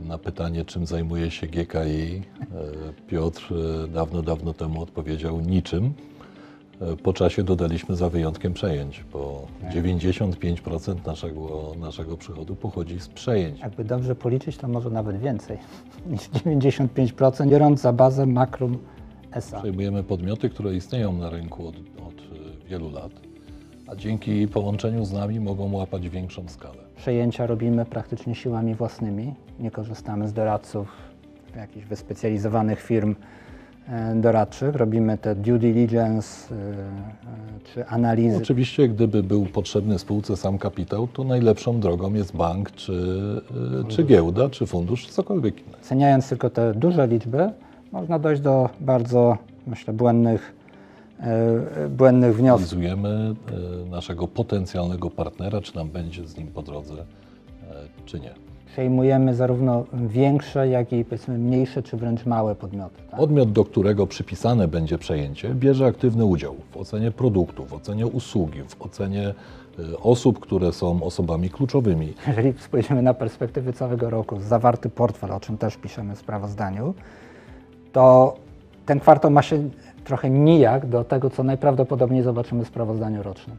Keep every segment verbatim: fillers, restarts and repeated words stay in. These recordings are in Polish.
Na pytanie, czym zajmuje się G K I, Piotr dawno, dawno temu odpowiedział niczym. Po czasie dodaliśmy za wyjątkiem przejęć, bo dziewięćdziesiąt pięć procent naszego, naszego przychodu pochodzi z przejęć. Jakby dobrze policzyć, to może nawet więcej niż dziewięćdziesiąt pięć procent, biorąc za bazę Makrum S A. Przejmujemy podmioty, które istnieją na rynku od, od wielu lat, a dzięki połączeniu z nami mogą łapać większą skalę. Przejęcia robimy praktycznie siłami własnymi. Nie korzystamy z doradców jakichś wyspecjalizowanych firm doradczych. Robimy te due diligence czy analizy. Oczywiście, gdyby był potrzebny spółce sam kapitał, to najlepszą drogą jest bank, czy, czy giełda, czy fundusz, czy cokolwiek innego. Oceniając tylko te duże liczby, można dojść do bardzo, myślę, błędnych, błędnych wniosków. Analizujemy naszego potencjalnego partnera, czy nam będzie z nim po drodze, czy nie. Przejmujemy zarówno większe, jak i powiedzmy mniejsze, czy wręcz małe podmioty. Tak? Podmiot, do którego przypisane będzie przejęcie, bierze aktywny udział w ocenie produktu, w ocenie usługi, w ocenie osób, które są osobami kluczowymi. Jeżeli spojrzymy na perspektywy całego roku, zawarty portfel, o czym też piszemy w sprawozdaniu, to ten kwartał ma się trochę nijak do tego, co najprawdopodobniej zobaczymy w sprawozdaniu rocznym.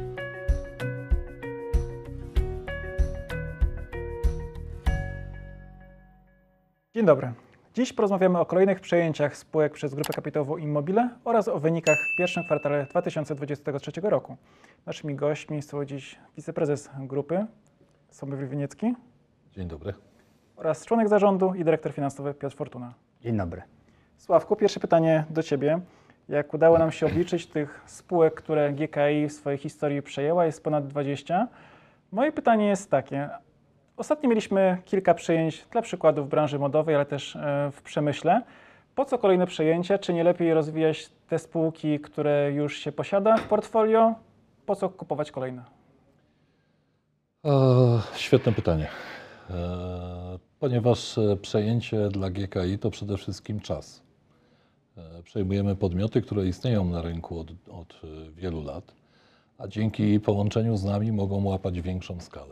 Dzień dobry. Dziś porozmawiamy o kolejnych przejęciach spółek przez Grupę Kapitałową Immobile oraz o wynikach w pierwszym kwartale dwa tysiące dwudziestego trzeciego roku. Naszymi gośćmi są dziś wiceprezes grupy Sławomir Winiecki. Dzień dobry. Oraz członek zarządu i dyrektor finansowy Piotr Fortuna. Dzień dobry. Sławku, pierwsze pytanie do Ciebie. Jak udało nam się obliczyć tych spółek, które G K I w swojej historii przejęła, jest ponad dwadzieścia. Moje pytanie jest takie. Ostatnio mieliśmy kilka przejęć, dla przykładu w branży modowej, ale też w przemyśle. Po co kolejne przejęcia? Czy nie lepiej rozwijać te spółki, które już się posiada w portfolio? Po co kupować kolejne? E, świetne pytanie. E, ponieważ przejęcie dla G K I to przede wszystkim czas. E, przejmujemy podmioty, które istnieją na rynku od, od wielu lat, a dzięki połączeniu z nami mogą łapać większą skalę.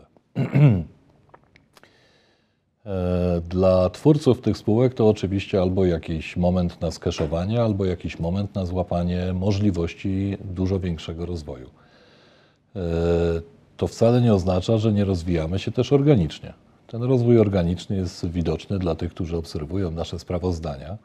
Dla twórców tych spółek to oczywiście albo jakiś moment na skeszowanie, albo jakiś moment na złapanie możliwości dużo większego rozwoju. To wcale nie oznacza, że nie rozwijamy się też organicznie. Ten rozwój organiczny jest widoczny dla tych, którzy obserwują nasze sprawozdania.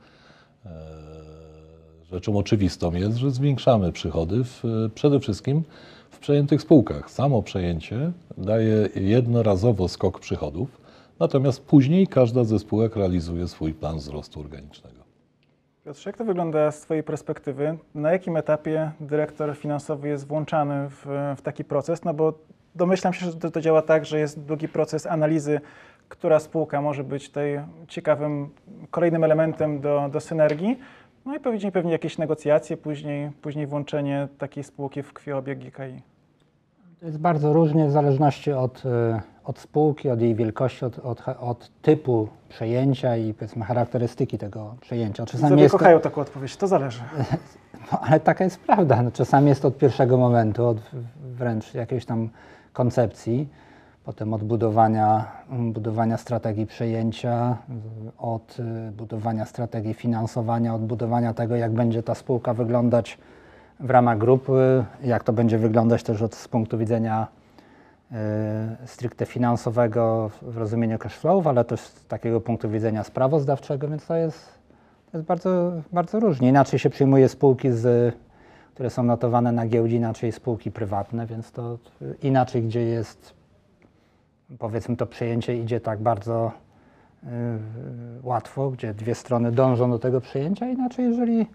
Rzeczą oczywistą jest, że zwiększamy przychody w, przede wszystkim w przejętych spółkach. Samo przejęcie daje jednorazowo skok przychodów, natomiast później każda ze spółek realizuje swój plan wzrostu organicznego. Piotrze, jak to wygląda z Twojej perspektywy? Na jakim etapie dyrektor finansowy jest włączany w, w taki proces? No bo domyślam się, że to, to działa tak, że jest długi proces analizy, która spółka może być tutaj ciekawym kolejnym elementem do, do synergii. No i pewnie, pewnie jakieś negocjacje, później, później włączenie takiej spółki w krwiobieg G K I. To jest bardzo różnie w zależności od, od spółki, od jej wielkości, od, od, od typu przejęcia i powiedzmy charakterystyki tego przejęcia. Czasami jest kochają to... taką odpowiedź, to zależy. No, ale taka jest prawda. No, czasami jest to od pierwszego momentu, od wręcz jakiejś tam koncepcji, potem od budowania, budowania strategii przejęcia, od budowania strategii finansowania, od budowania tego, jak będzie ta spółka wyglądać w ramach grupy, jak to będzie wyglądać też od, z punktu widzenia y, stricte finansowego w rozumieniu cash flow, ale też z takiego punktu widzenia sprawozdawczego, więc to jest, to jest bardzo, bardzo różnie. Inaczej się przyjmuje spółki, z, które są notowane na giełdzie, inaczej spółki prywatne, więc to inaczej, gdzie jest, powiedzmy, to przejęcie idzie tak bardzo y, łatwo, gdzie dwie strony dążą do tego przejęcia, inaczej jeżeli y,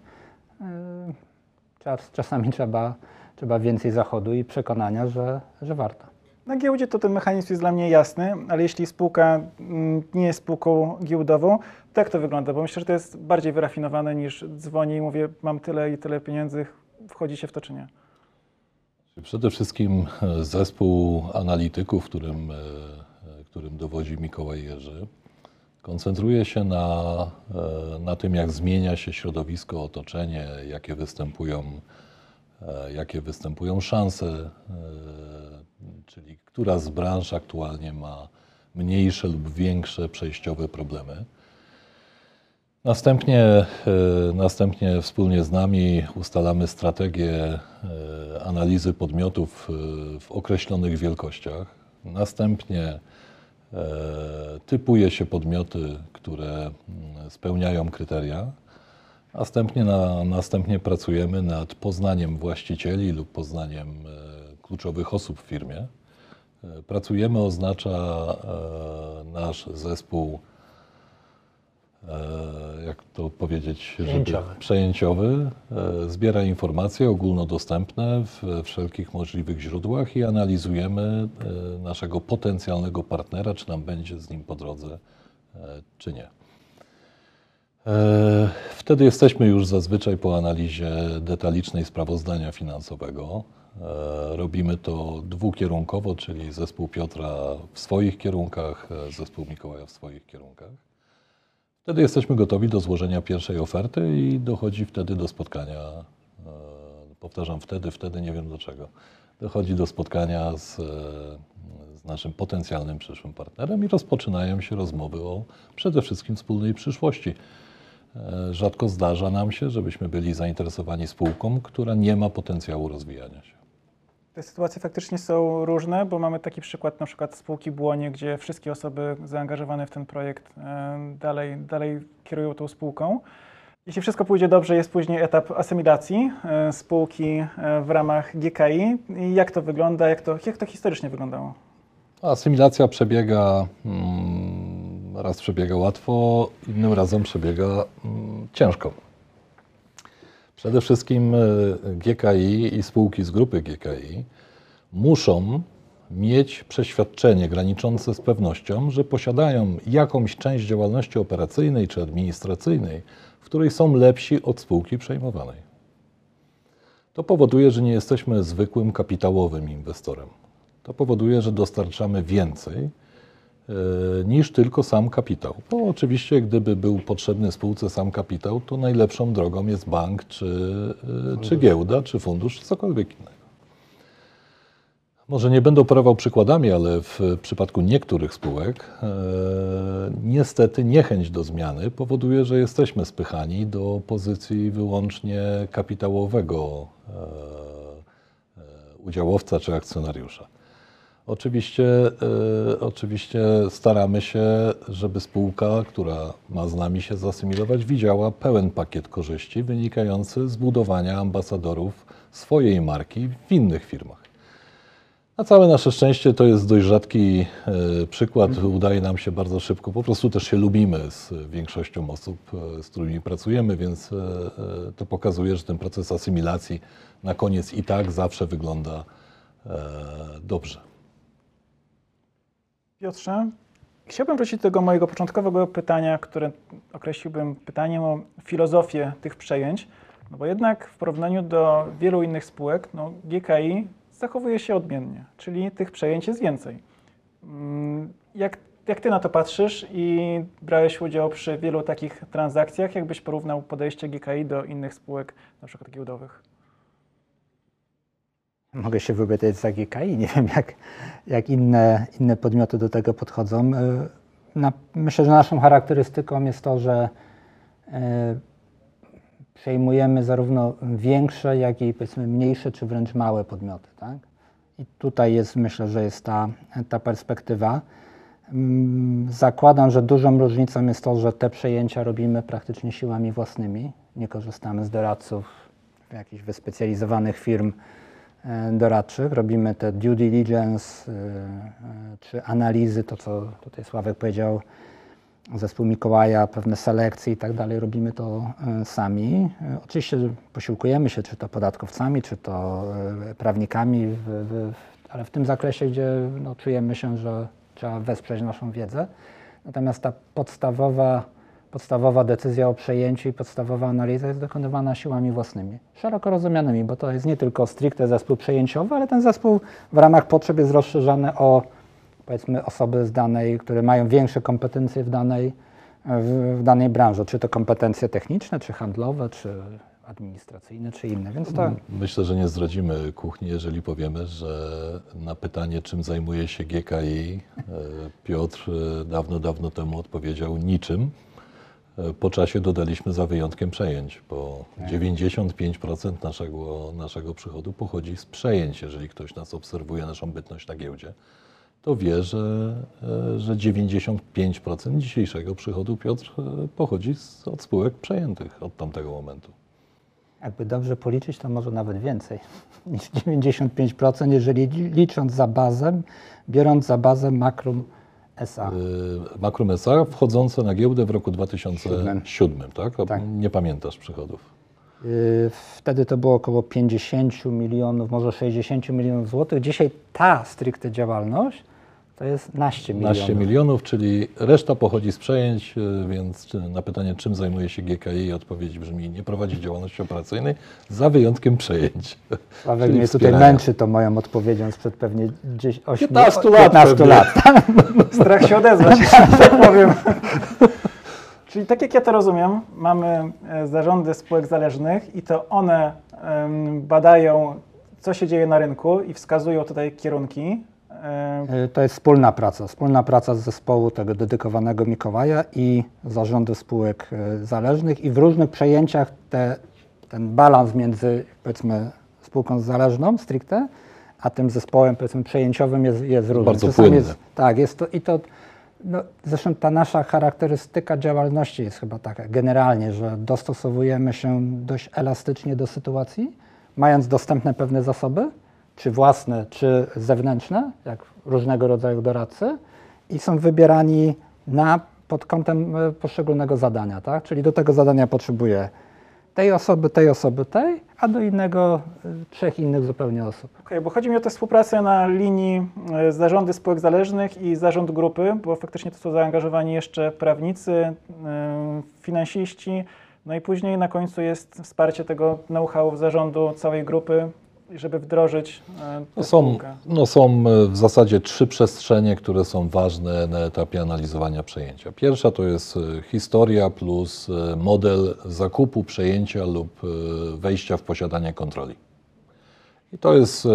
Czas, czasami trzeba, trzeba więcej zachodu i przekonania, że, że warto. Na giełdzie to ten mechanizm jest dla mnie jasny, ale jeśli spółka nie jest spółką giełdową, to jak to wygląda? Bo myślę, że to jest bardziej wyrafinowane niż dzwonię i mówię, mam tyle i tyle pieniędzy, wchodzi się w to czy nie? Przede wszystkim zespół analityków, którym, którym dowodzi Mikołaj Jerzy, koncentruje się na, na tym, jak zmienia się środowisko, otoczenie, jakie występują, jakie występują szanse, czyli która z branż aktualnie ma mniejsze lub większe przejściowe problemy. Następnie, e, następnie wspólnie z nami ustalamy strategię e, analizy podmiotów e, w określonych wielkościach. Następnie e, typuje się podmioty, które mm, spełniają kryteria. Następnie, na, następnie pracujemy nad poznaniem właścicieli lub poznaniem e, kluczowych osób w firmie. E, pracujemy oznacza e, nasz zespół, jak to powiedzieć, Przejęciowy. żeby przejęciowy, zbiera informacje ogólnodostępne w wszelkich możliwych źródłach i analizujemy naszego potencjalnego partnera, czy nam będzie z nim po drodze, czy nie. Wtedy jesteśmy już zazwyczaj po analizie detalicznej sprawozdania finansowego. Robimy to dwukierunkowo, czyli zespół Piotra w swoich kierunkach, zespół Mikołaja w swoich kierunkach. Wtedy jesteśmy gotowi do złożenia pierwszej oferty i dochodzi wtedy do spotkania, powtarzam wtedy, wtedy nie wiem dlaczego, dochodzi do spotkania z, z naszym potencjalnym przyszłym partnerem i rozpoczynają się rozmowy o przede wszystkim wspólnej przyszłości. Rzadko zdarza nam się, żebyśmy byli zainteresowani spółką, która nie ma potencjału rozwijania się. Te sytuacje faktycznie są różne, bo mamy taki przykład na przykład spółki Błonie, gdzie wszystkie osoby zaangażowane w ten projekt dalej, dalej kierują tą spółką. Jeśli wszystko pójdzie dobrze, jest później etap asymilacji spółki w ramach G K I. I jak to wygląda, jak to, jak to historycznie wyglądało? Asymilacja przebiega, mm, raz przebiega łatwo, innym razem przebiega mm, ciężko. Przede wszystkim G K I i spółki z grupy G K I muszą mieć przeświadczenie graniczące z pewnością, że posiadają jakąś część działalności operacyjnej czy administracyjnej, w której są lepsi od spółki przejmowanej. To powoduje, że nie jesteśmy zwykłym kapitałowym inwestorem. To powoduje, że dostarczamy więcej niż tylko sam kapitał. Bo oczywiście, gdyby był potrzebny spółce sam kapitał, to najlepszą drogą jest bank, czy, czy giełda, czy fundusz, czy cokolwiek innego. Może nie będę operował przykładami, ale w przypadku niektórych spółek e, niestety niechęć do zmiany powoduje, że jesteśmy spychani do pozycji wyłącznie kapitałowego e, e, udziałowca czy akcjonariusza. Oczywiście, y, oczywiście staramy się, żeby spółka, która ma z nami się zasymilować, widziała pełen pakiet korzyści wynikający z budowania ambasadorów swojej marki w innych firmach. Na całe nasze szczęście to jest dość rzadki y, przykład, udaje nam się bardzo szybko, po prostu też się lubimy z większością osób, y, z którymi pracujemy, więc y, y, to pokazuje, że ten proces asymilacji na koniec i tak zawsze wygląda y, dobrze. Piotrze, chciałbym wrócić do tego mojego początkowego pytania, które określiłbym pytaniem o filozofię tych przejęć, no bo jednak w porównaniu do wielu innych spółek, no G K I zachowuje się odmiennie, czyli tych przejęć jest więcej. Jak, jak Ty na to patrzysz i brałeś udział przy wielu takich transakcjach, jakbyś porównał podejście G K I do innych spółek, na przykład giełdowych? Mogę się wypowiedzieć za G K I, nie wiem jak, jak inne, inne podmioty do tego podchodzą. Na, myślę, że naszą charakterystyką jest to, że y, przejmujemy zarówno większe, jak i powiedzmy mniejsze, czy wręcz małe podmioty. Tak? I tutaj jest, myślę, że jest ta, ta perspektywa. Zakładam, że dużą różnicą jest to, że te przejęcia robimy praktycznie siłami własnymi. Nie korzystamy z doradców jakichś wyspecjalizowanych firm doradczych. Robimy te due diligence czy analizy, to co tutaj Sławek powiedział, zespół Mikołaja, pewne selekcje i tak dalej, robimy to sami. Oczywiście posiłkujemy się czy to podatkowcami, czy to prawnikami, w, w, ale w tym zakresie, gdzie no, czujemy się, że trzeba wesprzeć naszą wiedzę. Natomiast ta podstawowa Podstawowa decyzja o przejęciu i podstawowa analiza jest dokonywana siłami własnymi, szeroko rozumianymi, bo to jest nie tylko stricte zespół przejęciowy, ale ten zespół w ramach potrzeb jest rozszerzany o, powiedzmy, osoby z danej, które mają większe kompetencje w danej, w, w danej branży, czy to kompetencje techniczne, czy handlowe, czy administracyjne czy inne, więc to... Myślę, że nie zdradzimy kuchni, jeżeli powiemy, że na pytanie, czym zajmuje się G K I, Piotr dawno, dawno temu odpowiedział niczym. Po czasie dodaliśmy za wyjątkiem przejęć, bo dziewięćdziesiąt pięć procent naszego, naszego przychodu pochodzi z przejęć. Jeżeli ktoś nas obserwuje, naszą bytność na giełdzie, to wie, że, że dziewięćdziesiąt pięć procent dzisiejszego przychodu, Piotr, pochodzi z, od spółek przejętych od tamtego momentu. Jakby dobrze policzyć, to może nawet więcej niż dziewięćdziesiąt pięć procent, jeżeli licząc za bazę, biorąc za bazę Makrum S A. Yy, Makrum S A wchodzące na giełdę w roku dwa tysiące siódmym, tak? tak? Nie pamiętasz przychodów? Yy, wtedy to było około pięćdziesiąt milionów, może sześćdziesiąt milionów złotych. Dzisiaj ta stricte działalność to jest naście milionów. naście milionów, czyli reszta pochodzi z przejęć, więc na pytanie, czym zajmuje się G K I, odpowiedź brzmi: nie prowadzi działalności operacyjnej, za wyjątkiem przejęć. Sławek mnie tutaj męczy tą moją odpowiedzią sprzed pewnie piętnastu lat. piętnastu lat. Strach się odezwać, tak powiem. Czyli tak jak ja to rozumiem, mamy zarządy spółek zależnych i to one um, badają, co się dzieje na rynku i wskazują tutaj kierunki. To jest wspólna praca, wspólna praca z zespołu tego dedykowanego Mikołaja i zarządu spółek zależnych i w różnych przejęciach te, ten balans między, powiedzmy, spółką zależną stricte, a tym zespołem, powiedzmy, przejęciowym jest, jest różny. Bardzo płynny. Jest, tak, jest to i to, no, zresztą ta nasza charakterystyka działalności jest chyba taka generalnie, że dostosowujemy się dość elastycznie do sytuacji, mając dostępne pewne zasoby, czy własne, czy zewnętrzne, jak różnego rodzaju doradcy, i są wybierani na, pod kątem poszczególnego zadania, tak? Czyli do tego zadania potrzebuję tej osoby, tej osoby, tej, a do innego trzech innych zupełnie osób. Okej, okay, bo chodzi mi o tę współpracę na linii zarządy spółek zależnych i zarząd grupy, bo faktycznie to są zaangażowani jeszcze prawnicy, yy, finansiści, no i później na końcu jest wsparcie tego know-how zarządu całej grupy, żeby wdrożyć tę no są, spółkę. No są w zasadzie trzy przestrzenie, które są ważne na etapie analizowania przejęcia. Pierwsza to jest historia plus model zakupu, przejęcia lub wejścia w posiadanie kontroli. I to jest,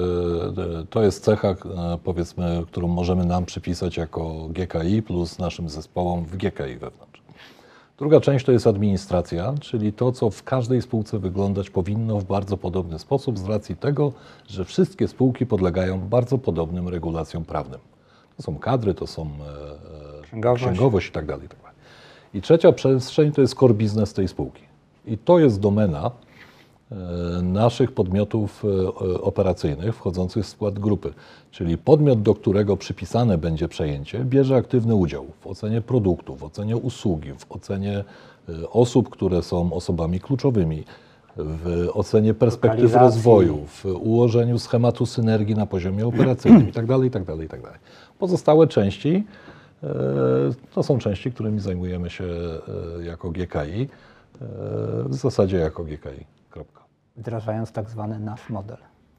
to jest cecha, powiedzmy, którą możemy nam przypisać jako G K I plus naszym zespołom w G K I wewnątrz. Druga część to jest administracja, czyli to, co w każdej spółce wyglądać powinno w bardzo podobny sposób z racji tego, że wszystkie spółki podlegają bardzo podobnym regulacjom prawnym. To są kadry, to są e, księgowość. księgowość i tak dalej. I trzecia przestrzeń to jest core business tej spółki. I to jest domena e, naszych podmiotów e, operacyjnych wchodzących w skład grupy. Czyli podmiot, do którego przypisane będzie przejęcie, bierze aktywny udział w ocenie produktu, w ocenie usługi, w ocenie osób, które są osobami kluczowymi, w ocenie perspektyw rozwoju, w ułożeniu schematu synergii na poziomie operacyjnym itd., itd., itd. Pozostałe części to są części, którymi zajmujemy się jako G K I, w zasadzie jako G K I. Kropka. Wdrażając tak zwany nasz model.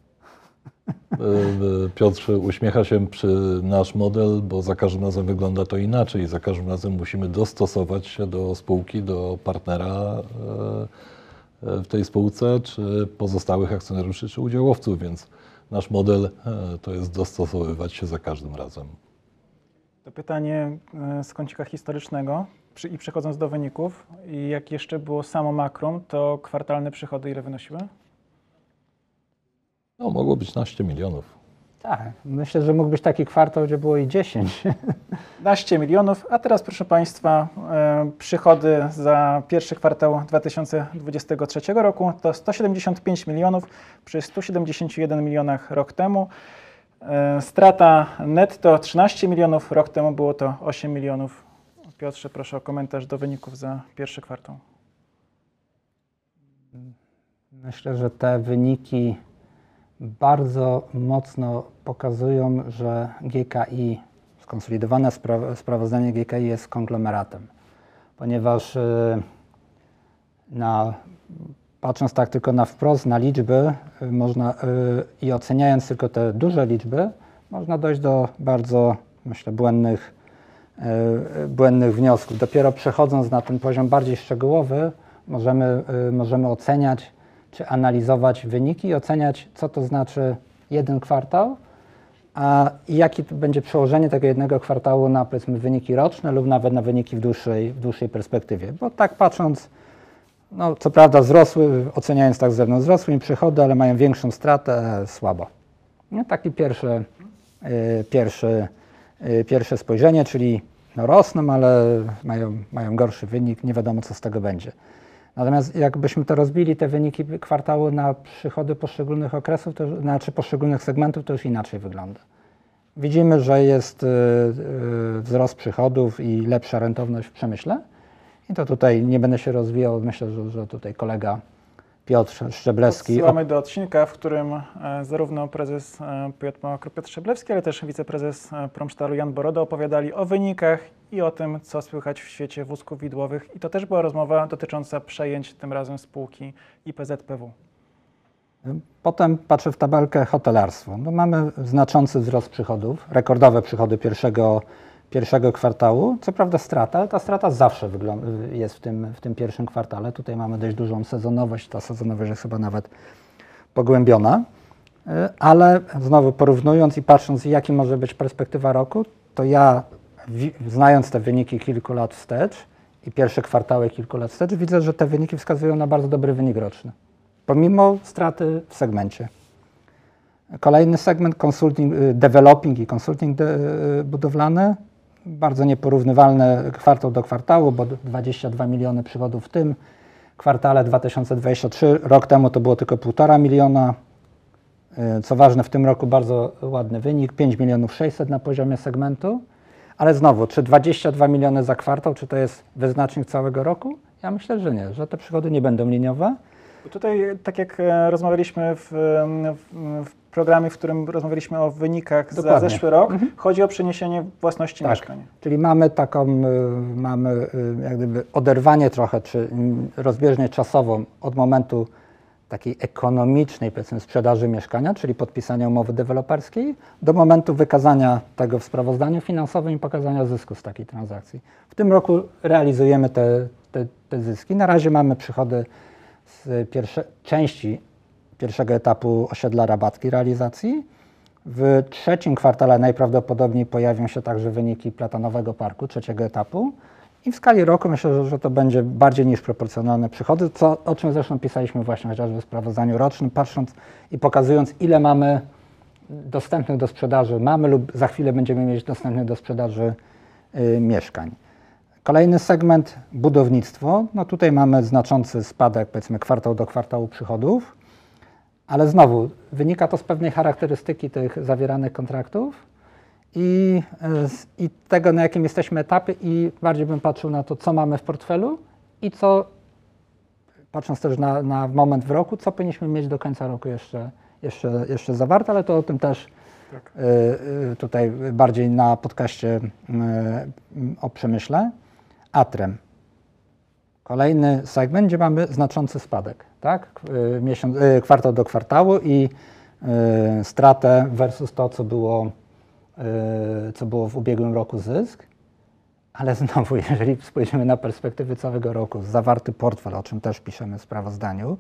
Piotr uśmiecha się przy nasz model, bo za każdym razem wygląda to inaczej. Za każdym razem musimy dostosować się do spółki, do partnera w tej spółce, czy pozostałych akcjonariuszy, czy udziałowców, więc nasz model to jest dostosowywać się za każdym razem. To pytanie z kącika historycznego i przechodząc do wyników, i jak jeszcze było samo Makrum, to kwartalne przychody ile wynosiły? No, mogło być naście milionów. Tak, myślę, że mógł być taki kwartał, gdzie było i dziesięć. naście milionów, a teraz proszę Państwa, e, przychody za pierwszy kwartał dwa tysiące dwudziestego trzeciego roku to sto siedemdziesiąt pięć milionów przy stu siedemdziesięciu jeden milionach rok temu. E, strata netto trzynaście milionów, rok temu było to osiem milionów. Piotrze, proszę o komentarz do wyników za pierwszy kwartał. Myślę, że te wyniki bardzo mocno pokazują, że G K I, skonsolidowane spra- sprawozdanie G K I jest konglomeratem, ponieważ yy, na, patrząc tak tylko na wprost, na liczby yy, można, yy, i oceniając tylko te duże liczby, można dojść do bardzo, myślę, błędnych, yy, błędnych wniosków. Dopiero przechodząc na ten poziom bardziej szczegółowy, możemy, możemy oceniać czy analizować wyniki i oceniać, co to znaczy jeden kwartał, a jakie będzie przełożenie tego jednego kwartału na, powiedzmy, wyniki roczne lub nawet na wyniki w dłuższej, w dłuższej perspektywie. Bo tak patrząc, no co prawda wzrosły, oceniając tak z zewnątrz, wzrosły im przychody, ale mają większą stratę, słabo. No, takie pierwsze, y, pierwsze, y, pierwsze spojrzenie, czyli no rosną, ale mają, mają gorszy wynik, nie wiadomo, co z tego będzie. Natomiast jakbyśmy to rozbili, te wyniki kwartału na przychody poszczególnych okresów, to, znaczy poszczególnych segmentów, to już inaczej wygląda. Widzimy, że jest y, y, wzrost przychodów i lepsza rentowność w przemyśle. I to tutaj nie będę się rozwijał, myślę, że, że tutaj kolega Piotr Szczeblewski. Odsyłamy do odcinka, w którym e, zarówno prezes e, Piotr Piotr Szczeblewski, ale też wiceprezes e, Promsztaru Jan Boroda opowiadali o wynikach i o tym, co słychać w świecie wózków widłowych. I to też była rozmowa dotycząca przejęć, tym razem spółki I P Z P W. Potem patrzę w tabelkę hotelarstwo. No mamy znaczący wzrost przychodów, rekordowe przychody pierwszego, pierwszego kwartału. Co prawda strata, ale ta strata zawsze wygląda, jest w tym, w tym pierwszym kwartale. Tutaj mamy dość dużą sezonowość, ta sezonowość jest chyba nawet pogłębiona. Ale znowu porównując i patrząc, jaki może być perspektywa roku, to ja, znając te wyniki kilku lat wstecz i pierwsze kwartały kilku lat wstecz, widzę, że te wyniki wskazują na bardzo dobry wynik roczny, pomimo straty w segmencie. Kolejny segment, consulting, developing i consulting de, budowlany, bardzo nieporównywalne kwartał do kwartału, bo dwadzieścia dwa miliony przychodów w tym kwartale dwa tysiące dwudziestym trzecim, rok temu to było tylko półtora miliona. Co ważne, w tym roku bardzo ładny wynik, pięć milionów sześćset na poziomie segmentu, ale znowu, czy dwadzieścia dwa miliony za kwartał, czy to jest wyznacznik całego roku? Ja myślę, że nie, że te przychody nie będą liniowe. Bo tutaj, tak jak rozmawialiśmy w, w, w programie, w którym rozmawialiśmy o wynikach Dokładnie. za zeszły rok, Mhm. chodzi o przeniesienie własności Tak. mieszkań. Czyli mamy taką, mamy jak gdyby oderwanie trochę, czy rozbieżnię czasową od momentu takiej ekonomicznej, powiedzmy, sprzedaży mieszkania, czyli podpisania umowy deweloperskiej, do momentu wykazania tego w sprawozdaniu finansowym i pokazania zysku z takiej transakcji. W tym roku realizujemy te, te, te zyski. Na razie mamy przychody z pierwsze, części pierwszego etapu osiedla Rabatki realizacji. W trzecim kwartale najprawdopodobniej pojawią się także wyniki Platanowego Parku, trzeciego etapu. I w skali roku myślę, że, że to będzie bardziej niż proporcjonalne przychody, co, o czym zresztą pisaliśmy właśnie chociażby w sprawozdaniu rocznym, patrząc i pokazując, ile mamy dostępnych do sprzedaży, mamy lub za chwilę będziemy mieć dostępnych do sprzedaży y, mieszkań. Kolejny segment, budownictwo. No tutaj mamy znaczący spadek, powiedzmy, kwartał do kwartału przychodów, ale znowu wynika to z pewnej charakterystyki tych zawieranych kontraktów i, i tego, na jakim jesteśmy etapie, i bardziej bym patrzył na to, co mamy w portfelu i co, patrząc też na, na moment w roku, co powinniśmy mieć do końca roku jeszcze, jeszcze, jeszcze zawarte, ale to o tym też tak. y, y, tutaj bardziej na podcaście y, o przemyśle. Atrem. Kolejny segment, gdzie mamy znaczący spadek, tak? Y, miesiąc, y, kwartał do kwartału i y, stratę versus to, co było, y, co było w ubiegłym roku zysk. Ale znowu, jeżeli spojrzymy na perspektywy całego roku, zawarty portfel, o czym też piszemy w sprawozdaniu,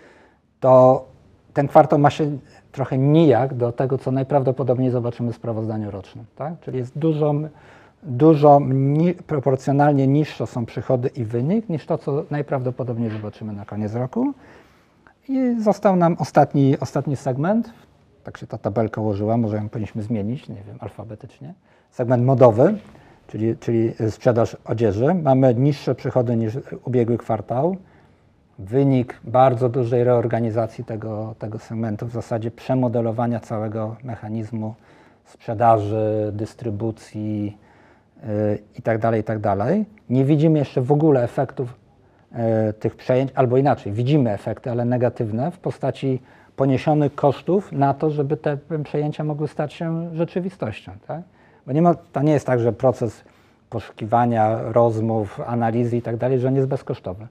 to ten kwartał ma się trochę nijak do tego, co najprawdopodobniej zobaczymy w sprawozdaniu rocznym, tak? Czyli jest dużo, dużo ni- proporcjonalnie niższe są przychody i wynik niż to, co najprawdopodobniej zobaczymy na koniec roku. I został nam ostatni, ostatni segment, tak się ta tabelka ułożyła, może ją powinniśmy zmienić, nie wiem, alfabetycznie. Segment modowy, czyli, czyli sprzedaż odzieży. Mamy niższe przychody niż ubiegły kwartał. Wynik bardzo dużej reorganizacji tego, tego segmentu, w zasadzie przemodelowania całego mechanizmu sprzedaży, dystrybucji yy, itd., itd. Nie widzimy jeszcze w ogóle efektów yy, tych przejęć, albo inaczej, widzimy efekty, ale negatywne w postaci poniesionych kosztów na to, żeby te przejęcia mogły stać się rzeczywistością. Tak? Bo nie ma, to nie jest tak, że proces poszukiwania, rozmów, analizy itd., że on jest bezkosztowy.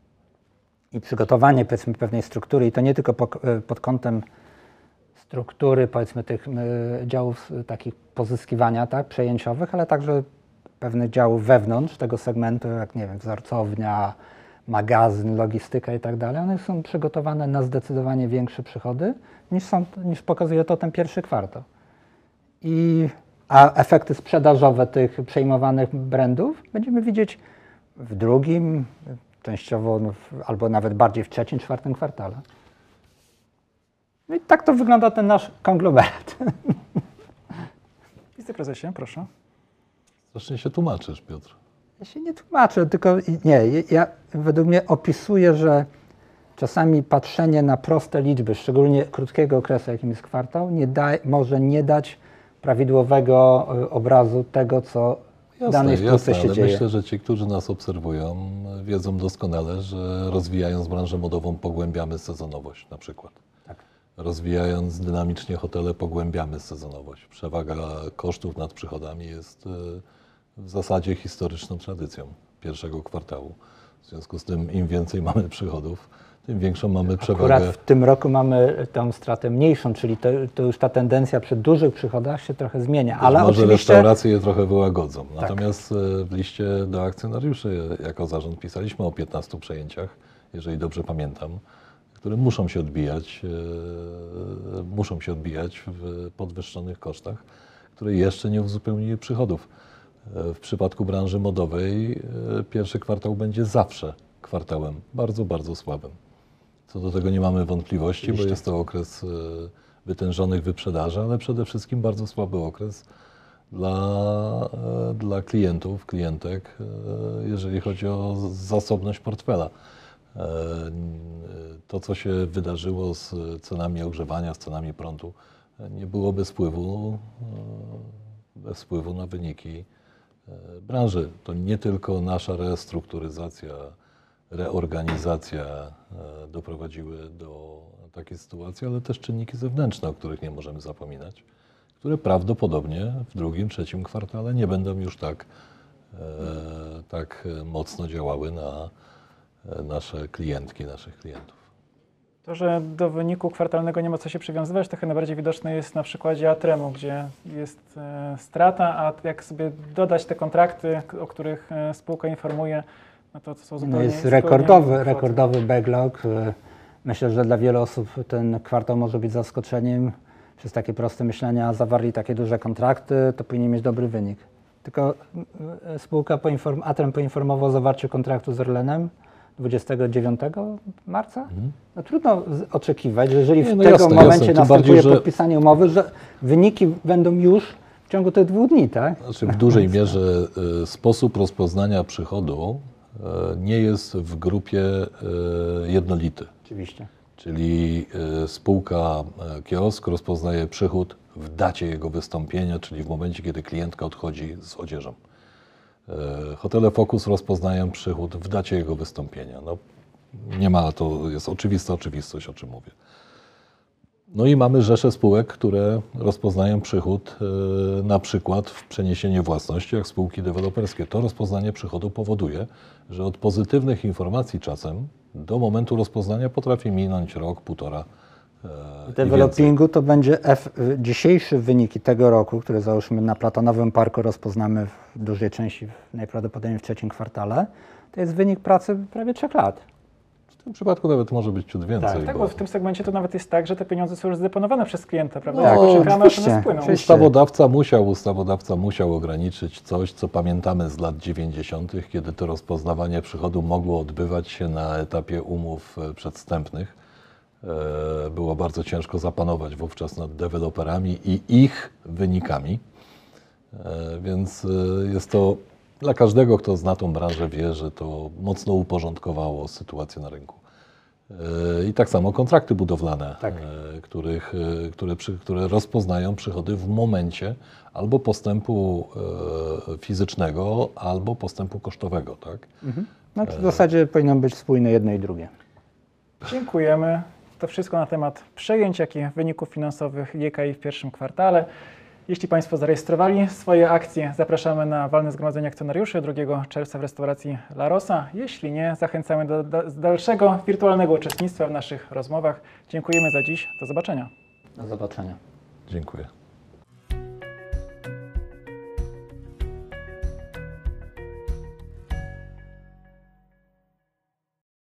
I przygotowanie, powiedzmy, pewnej struktury, i to nie tylko po, pod kątem struktury, powiedzmy, tych y, działów y, takich pozyskiwania, tak, przejęciowych, ale także pewnych działów wewnątrz tego segmentu, jak, nie wiem, wzorcownia, magazyn, logistyka i tak dalej, one są przygotowane na zdecydowanie większe przychody niż, są, niż pokazuje to ten pierwszy kwartał. I, a efekty sprzedażowe tych przejmowanych brandów będziemy widzieć w drugim, częściowo no, w, albo nawet bardziej w trzecim, czwartym kwartale. I tak to wygląda ten nasz konglomerat. Wiceprezesie, proszę. Strasznie się tłumaczysz, Piotr. Ja się nie tłumaczę, tylko nie, ja według mnie opisuję, że czasami patrzenie na proste liczby, szczególnie krótkiego okresu, jakim jest kwartał, nie da, może nie dać prawidłowego obrazu tego, co w danej spółce jasne, się ale dzieje. myślę, że ci, którzy nas obserwują, wiedzą doskonale, że rozwijając branżę modową pogłębiamy sezonowość na przykład. Tak. Rozwijając dynamicznie hotele pogłębiamy sezonowość. Przewaga kosztów nad przychodami jest w zasadzie historyczną tradycją pierwszego kwartału. W związku z tym im więcej mamy przychodów, tym większą mamy przewagę. Akurat w tym roku mamy tą stratę mniejszą, czyli to, to już ta tendencja przy dużych przychodach się trochę zmienia. Być Ale może oczywiście restauracje je trochę wyłagodzą. Tak. Natomiast w liście do akcjonariuszy jako zarząd pisaliśmy o piętnastu przejęciach, jeżeli dobrze pamiętam, które muszą się odbijać, e, muszą się odbijać w podwyższonych kosztach, które jeszcze nie uzupełniły przychodów. E, w przypadku branży modowej e, pierwszy kwartał będzie zawsze kwartałem bardzo, bardzo słabym. Co do tego nie mamy wątpliwości, Oczywiście. bo jest to okres e, wytężonych wyprzedaży, ale przede wszystkim bardzo słaby okres dla, e, dla klientów, klientek, e, jeżeli chodzi o zasobność portfela. To, co się wydarzyło z cenami ogrzewania, z cenami prądu, nie było bez wpływu, bez wpływu na wyniki branży. To nie tylko nasza restrukturyzacja, reorganizacja doprowadziły do takiej sytuacji, ale też czynniki zewnętrzne, o których nie możemy zapominać, które prawdopodobnie w drugim, trzecim kwartale nie będą już tak, tak mocno działały na nasze klientki, naszych klientów. To, że do wyniku kwartalnego nie ma co się przywiązywać, trochę najbardziej widoczne jest na przykładzie Atremu, gdzie jest e, strata, a jak sobie dodać te kontrakty, o których e, spółka informuje, no to, to są zupełnie... no jest zupełnie rekordowy, kwoty. rekordowy backlog. Myślę, że dla wielu osób ten kwartał może być zaskoczeniem. Przez takie proste myślenia, zawarli takie duże kontrakty, to powinien mieć dobry wynik. Tylko spółka poinform- Atrem poinformował o zawarciu kontraktu z Orlenem dwudziestego dziewiątego marca? Mhm. No trudno z- oczekiwać, że jeżeli Nie, w no tego jasne, momencie jasne. Tym następuje bardziej, że- podpisanie umowy, że wyniki będą już w ciągu tych dwóch dni, tak? Znaczy w dużej mierze y, sposób rozpoznania przychodu y, nie jest w grupie y, jednolity. Oczywiście. Czyli y, spółka y, kiosk rozpoznaje przychód w dacie jego wystąpienia, czyli w momencie, kiedy klientka odchodzi z odzieżą. Y, Hotele Focus rozpoznają przychód w dacie jego wystąpienia. No, nie ma, to jest oczywista oczywistość, o czym mówię. No i mamy rzesze spółek, które rozpoznają przychód y, na przykład w przeniesieniu własności, jak spółki deweloperskie. To rozpoznanie przychodu powoduje, że od pozytywnych informacji czasem do momentu rozpoznania potrafi minąć rok, półtora y, W i więcej. developingu to będzie F, dzisiejsze wyniki tego roku, które załóżmy na Platonowym Parku rozpoznamy w dużej części, najprawdopodobniej w trzecim kwartale, to jest wynik pracy prawie trzech lat. W tym przypadku nawet może być ciut więcej. Tak, Tak, bo bo w tym segmencie to nawet jest tak, że te pieniądze są już zdeponowane przez klienta, prawda? No, Tylko czekamy, aż oczywiście, one spłyną. oczywiście. Ustawodawca musiał, ustawodawca musiał ograniczyć coś, co pamiętamy z lat dziewięćdziesiątych, kiedy to rozpoznawanie przychodu mogło odbywać się na etapie umów e, przedwstępnych. E, Było bardzo ciężko zapanować wówczas nad deweloperami i ich wynikami. E, Więc e, jest to dla każdego, kto zna tą branżę, wie, że to mocno uporządkowało sytuację na rynku. E, I tak samo kontrakty budowlane, Tak. e, których, e, które, przy, które rozpoznają przychody w momencie albo postępu e, fizycznego, albo postępu kosztowego. Tak? Mhm. No, w zasadzie powinno być spójne jedno i drugie. Dziękujemy. To wszystko na temat przejęć, jak i wyników finansowych G K I w pierwszym kwartale. Jeśli Państwo zarejestrowali swoje akcje, zapraszamy na walne zgromadzenie akcjonariuszy drugiego czerwca w restauracji La Rosa. Jeśli nie, zachęcamy do, do dalszego wirtualnego uczestnictwa w naszych rozmowach. Dziękujemy za dziś. Do zobaczenia. Do zobaczenia. Dziękuję.